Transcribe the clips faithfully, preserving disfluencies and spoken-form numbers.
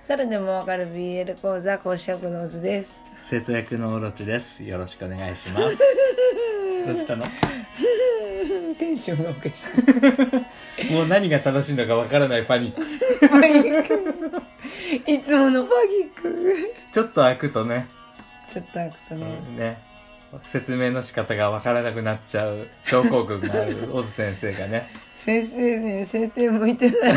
猿でもわかる ビーエル 講座講師役のオズです。 生徒役のオロチです。よろしくお願いしますどうしたのテンションがおかしいもう何が正しいのかわからないパニックパニックいつものパニックちょっと開くとねちょっと開くとね、 うん、ね説明の仕方がわからなくなっちゃう症候群があるオズ先生がね先生ね先生向いてない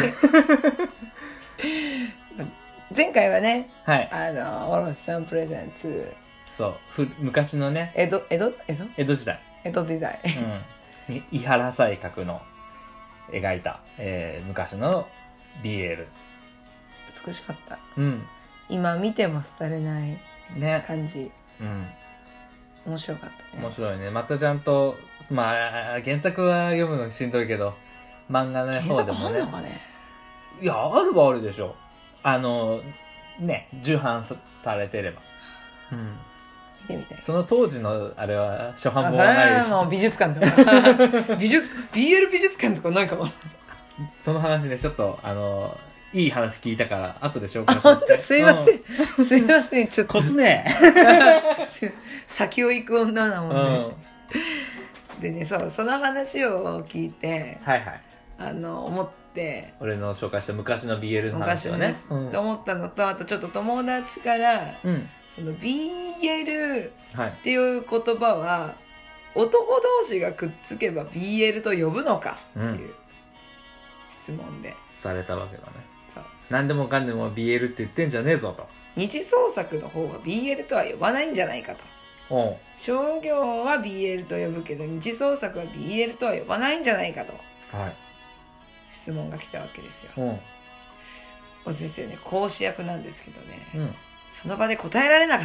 前回はね、 はい、 あのオロチさんプレゼンツ、 そうふ昔のね江戸江戸江戸江戸時代江戸時代、 うん、伊原西閣の描いた、えー、昔の ビーエル美しかった、 うん、 今見ても廃れない感じ、 ね、うん、 面白かったね。 面白いね。またちゃんとまあ原作は読むのしんどいけど漫画の方でもね、 原作あんのかね。 いやあるはあるでしょ。あのね重版 さ, されてれば、うん、 見てみたい。 その当時のあれは初版本はないです。 もう美術館とか美術 ビーエル 美術館とかなんかもその話ねちょっとあのいい話聞いたから後で紹介させて。 すいません、うん、すいませんちょっとこすね先を行く女だもんね、うん、でねそうその話を聞いてはいはいあの思って俺の紹介した昔の ビーエル の話はね、 昔ね、うん、と思ったのとあとちょっと友達から、 うん、 その ビーエル っていう言葉は男同士がくっつけば ビーエル と呼ぶのかっていう質問で、うん、 されたわけだね。 そう何でもかんでも ビーエル って言ってんじゃねえぞと。 二次創作の方は ビーエル とは呼ばないんじゃないかと。 お商業は ビーエル と呼ぶけど二次創作は ビーエル とは呼ばないんじゃないかと、はい、質問が来たわけですよ。お先生ね講師役なんですけどね、うん、その場で答えられなかった。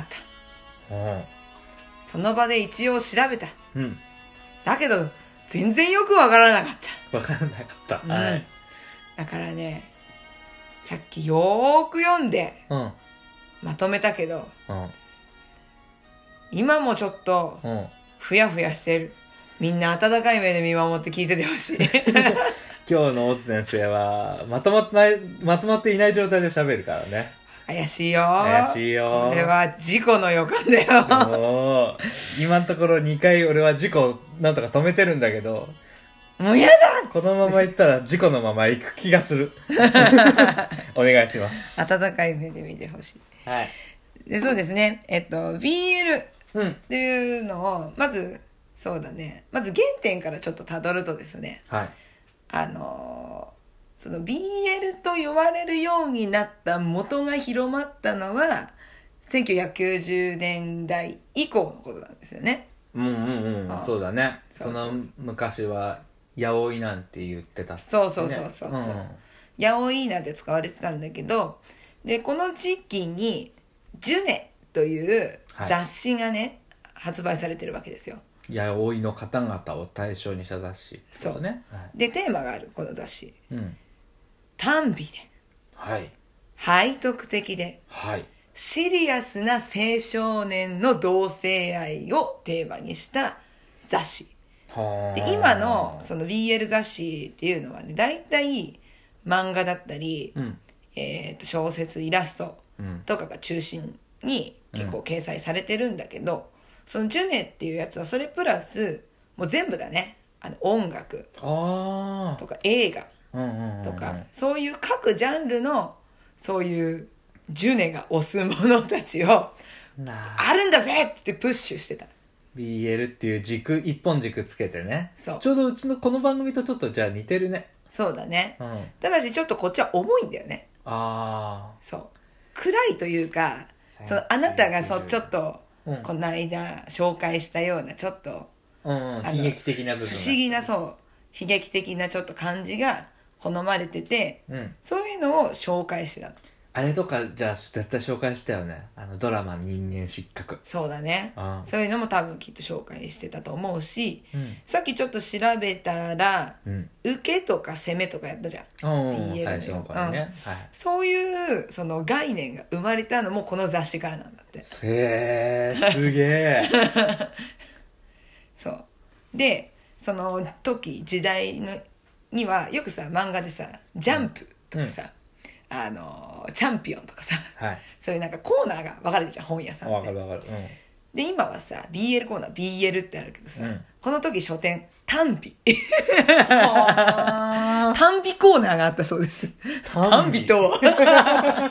その場で一応調べた、うん、だけど全然よくわからなかったわからなかった、うんはい、 だからねさっきよーく読んで、うん、まとめたけど、うん、今もちょっとふやふやしてる。みんな温かい目で見守って聞いててほしい今日のオズ先生はまとまってないまとまっていない状態で喋るからね。 怪しいよ怪しいよ。 これは事故の予感だよ今のところにかい俺は事故なんとか止めてるんだけどもうやだこのまま行ったら事故のまま行く気がするお願いします。 温かい目で見てほしい、はい、でそうですねえっと ビーエル っていうのをまずそうだねまず原点からちょっとたどるとですね、はい、あのその ビーエル と呼ばれるようになった元が広まったのはせんきゅうひゃくきゅうじゅうねんだい以降のことなんですよね。 うんうんうん、そうだね。その昔はヤオイなんて言ってた、ね、 そうそうそうそうそう、うん、ヤオイなんて使われてたんだけどでこの時期にジュネという雑誌がね、はい、発売されてるわけですよ。 ヤオイの方々を対象にした雑誌ってことね。 そう、はい、でテーマがあるこの雑誌、うん、短美で、はい、背徳的で、はい、シリアスな青少年の同性愛をテーマにした雑誌で今のその ビーエル 雑誌っていうのはねだいたい漫画だったり、うんえー、と小説イラストとかが中心に結構掲載されてるんだけど、うん、そのジュネっていうやつはそれプラスもう全部だねあの音楽とか映画とか、うんうんうん、そういう各ジャンルのそういうジュネが推す者たちをあるんだぜってプッシュしてた。 ビーエル っていう軸一本軸つけてね。そうちょうどうちのこの番組とちょっとじゃあ似てるね。 そうだね、うん、ただしちょっとこっちは重いんだよね。ああそう暗いというかそのあなたがそうちょっと、うん、この間紹介したようなちょっと、 うんうん、悲劇的な部分不思議なそう悲劇的なちょっと感じが好まれてて、うん、そういうのを紹介してたの。 あれとかじゃあ絶対紹介したよねあのドラマ人間失格。 そうだね、うん、そういうのも多分きっと紹介してたと思うし、うん、さっきちょっと調べたら、うん、受けとか攻めとかやったじゃん、 うん、最初の頃ね、 うんはい、そういうその概念が生まれたのもこの雑誌からなんだって。 へーすげえそうでその時時代のにはよくさ漫画でさジャンプとかさ、 あのチャンピオンとかさ、 はい、 そういうなんかコーナーが分かれるじゃん、本屋さんって。 分かる分かる、うん、 で今はさ ビーエル コーナー ビーエル ってあるけどさ、うん、この時書店単美単美コーナーがあったそうです。単美とは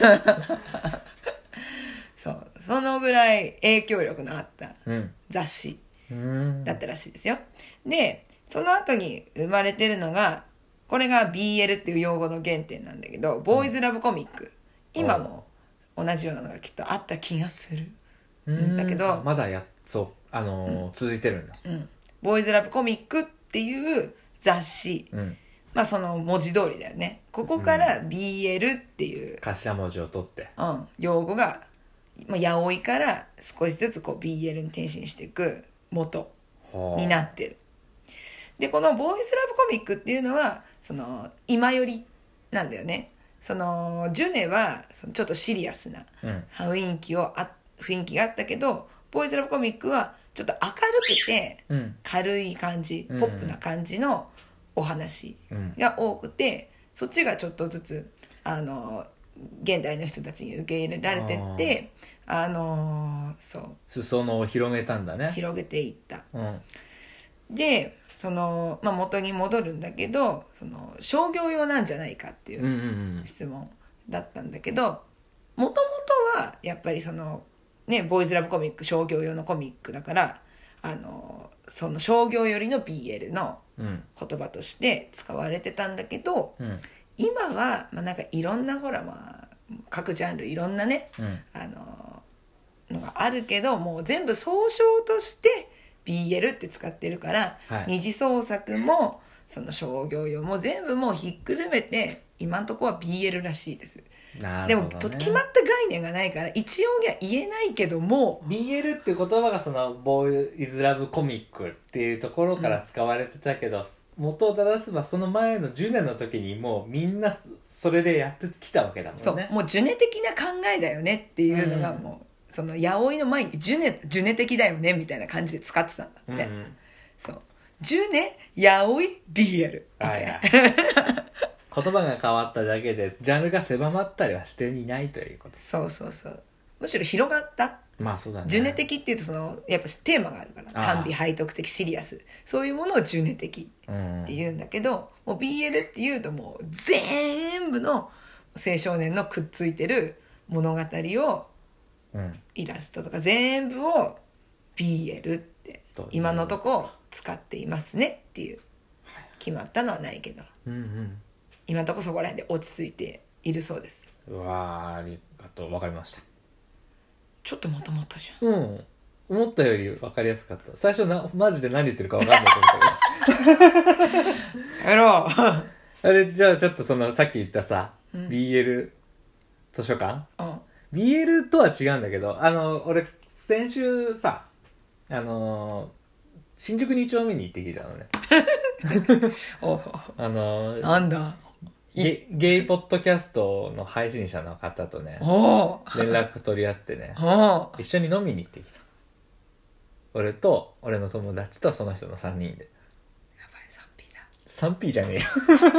そうそのぐらい影響力のあった雑誌だったらしいですよ。でその後に生まれてるのが、これが ビーエル っていう用語の原点なんだけど、ボーイズラブコミック、うん、今も同じようなのがきっとあった気がするんだけど、 まだやそうあのーうん、続いてるんだ、 うん、ボーイズラブコミックっていう雑誌、うん、まあその文字通りだよね。ここから ビーエル っていう、 頭文字を取って、 うん、用語が、まあ、ヤオイから少しずつこう ビーエル に転身していく元になってる。でこのボーイズラブコミックっていうのはその今よりなんだよね。そのジュネはそのちょっとシリアスな雰囲気をあ雰囲気があったけど、ボーイズラブコミックはちょっと明るくて軽い感じ、うん、ポップな感じのお話が多くて、そっちがちょっとずつあの現代の人たちに受け入れられてって、あ、あのそう裾野を広げたんだね。 広げていった、 うん、 でその、まあ、元に戻るんだけど、その商業用なんじゃないかっていう質問だったんだけど、もともとはやっぱりそのね、ボーイズラブコミック商業用のコミックだから、あのその商業寄りの ビーエル の言葉として使われてたんだけど、うん、今は、まあ、なんかいろんなほら、まあ、各ジャンルいろんなね、うん、あののがあるけど、もう全部総称としてビーエル って使ってるから、はい、二次創作もその商業用も全部もうひっくるめて今のところは ビーエル らしいです。 なるほどね、 でも決まった概念がないから一応には言えないけども、 ビーエル って言葉がそのボーイズラブコミックっていうところから使われてたけど、うん、元を正せばその前のじゅうねんの時にもうみんなそれでやってきたわけだもんね。 そうもうジュネ的な考えだよねっていうのがもう、うん、そのヤオイの前にジュネ、ジュネ的だよねみたいな感じで使ってたんだって、うんうん、そうジュネヤオイ ビーエル みたいな、はいはい言葉が変わっただけでジャンルが狭まったりはしていないということ。 そうそうそう、むしろ広がった。 まあそうだね。 ジュネ的っていうとそのやっぱテーマがあるから、短美背徳的シリアス、そういうものをジュネ的っていうんだけど、うん、もう ビーエル っていうともう全部の青少年のくっついてる物語を、うん、イラストとか全部を ビーエル って今のとこ使っていますねっていう、決まったのはないけど、うんうん、今のところそこら辺で落ち着いているそうです。 うわー、ありがとう、分かりました。 ちょっともともとじゃん。 うん思ったより分かりやすかった。最初なマジで何言ってるか分かんないと思ったけどやめろあれ、じゃあちょっとそのさっき言ったさ、うん、ビーエル 図書館、うん、ビーエル とは違うんだけど、あの俺先週さ、あの新宿に丁目に行ってきたのねおあのなんだゲ, ゲイポッドキャストの配信者の方とね連絡取り合ってね一緒に飲みに行ってきた。俺と俺の友達とその人のさんにんで。 やばい スリーピー だ。 スリーピー じゃねえよ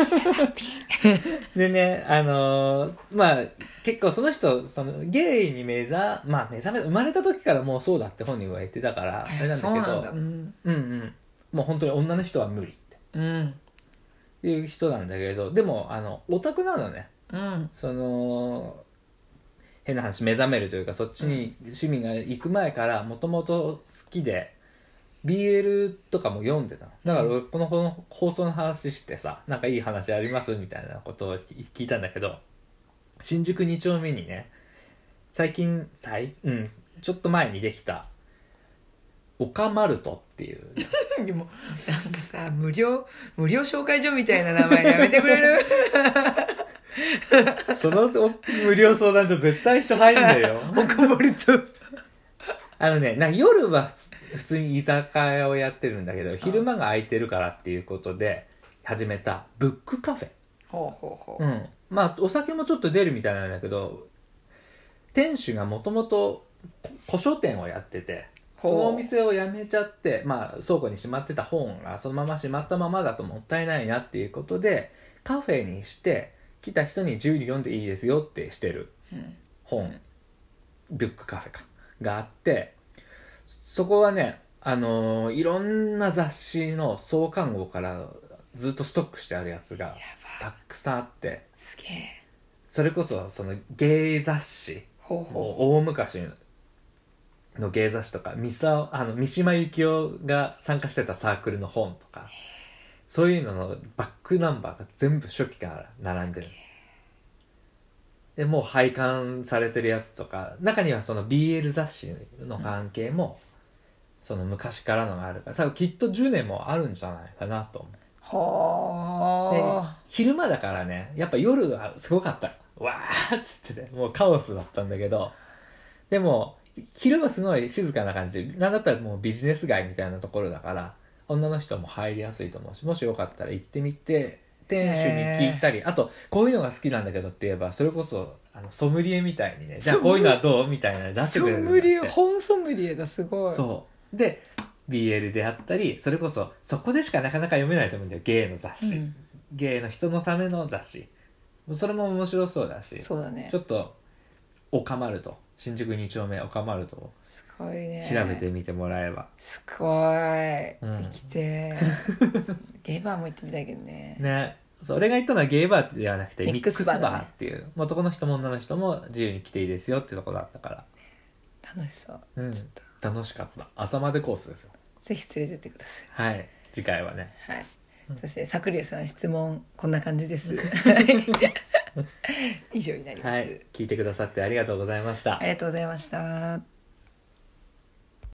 でね、あのー、まあ結構その人そのゲイに目覚まあ目覚め生まれた時からもうそうだって本人は言ってたからあれなんだけど、そうなんだ、うん、うんうんもう本当に女の人は無理って、うんいう人なんだけど、でもあのオタクなのね、うん、その変な話目覚めるというかそっちに趣味が行く前からもともと好きで ビーエル とかも読んでたの。だから俺この放送の話してさ、なんかいい話ありますみたいなことを聞いたんだけど、新宿に丁目にね最近最、うん、ちょっと前にできたオカマルトっていうでもなんかさ無料無料紹介所みたいな名前やめてくれるその無料相談所絶対人入んだよオカマルトあのねなんか夜は普通に居酒屋をやってるんだけど昼間が空いてるからっていうことで始めたブックカフェ。 ほうほうほう、 うん、まあお酒もちょっと出るみたいなんだけど、店主がもともと古書店をやっててそのお店を辞めちゃって、まあ、倉庫にしまってた本がそのまましまったままだともったいないなっていうことでカフェにして来た人に自由に読んでいいですよってしてる本、うん、ブックカフェかがあって、そこはね、あのー、いろんな雑誌の創刊号からずっとストックしてあるやつがたくさんあって、 すげえ。 それこそその芸雑誌、ほうほう、もう大昔の芸雑誌とか、三沢あの三島由紀夫が参加してたサークルの本とか、そういうののバックナンバーが全部初期から並んでる。でもう廃刊されてるやつとか、中にはその ビーエル 雑誌の関係も、うん、その昔からのがあるから、多分きっとじゅうねんもあるんじゃないかなと思う。はあ。で昼間だからね、やっぱ夜はすごかった。わーっつってて、もうカオスだったんだけど、でも昼間すごい静かな感じで、なんだったらもうビジネス街みたいなところだから、女の人も入りやすいと思うし、もしよかったら行ってみて、店主に聞いたり、あとこういうのが好きなんだけどって言えば、それこそあのソムリエみたいにね、じゃあこういうのはどうみたいなの出してくれるんだって。ソムリエ、 本ソムリエだ、すごい。 そうで ビーエル であったり、それこそそこでしかなかなか読めないと思うんだよ、芸の雑誌、うん、芸の人のための雑誌、それも面白そうだし、 そうだね、 ちょっとオカマルト、新宿に丁目オカマルトをすごいね、 調べてみてもらえば、 すごい、うん、生きてゲイバーも行ってみたいけどね。 ね、それが言ったのはゲイバーではなくてミックスバーっていう、ね、男の人も女の人も自由に来ていいですよってとこだったから楽しそう、 うん、楽しかった。朝までコースですよ。 ぜひ連れてってください。はい、次回はね。 はい、うん、そしてサクリュウさん質問こんな感じです以上になります。 はい、聞いてくださってありがとうございました。 ありがとうございました。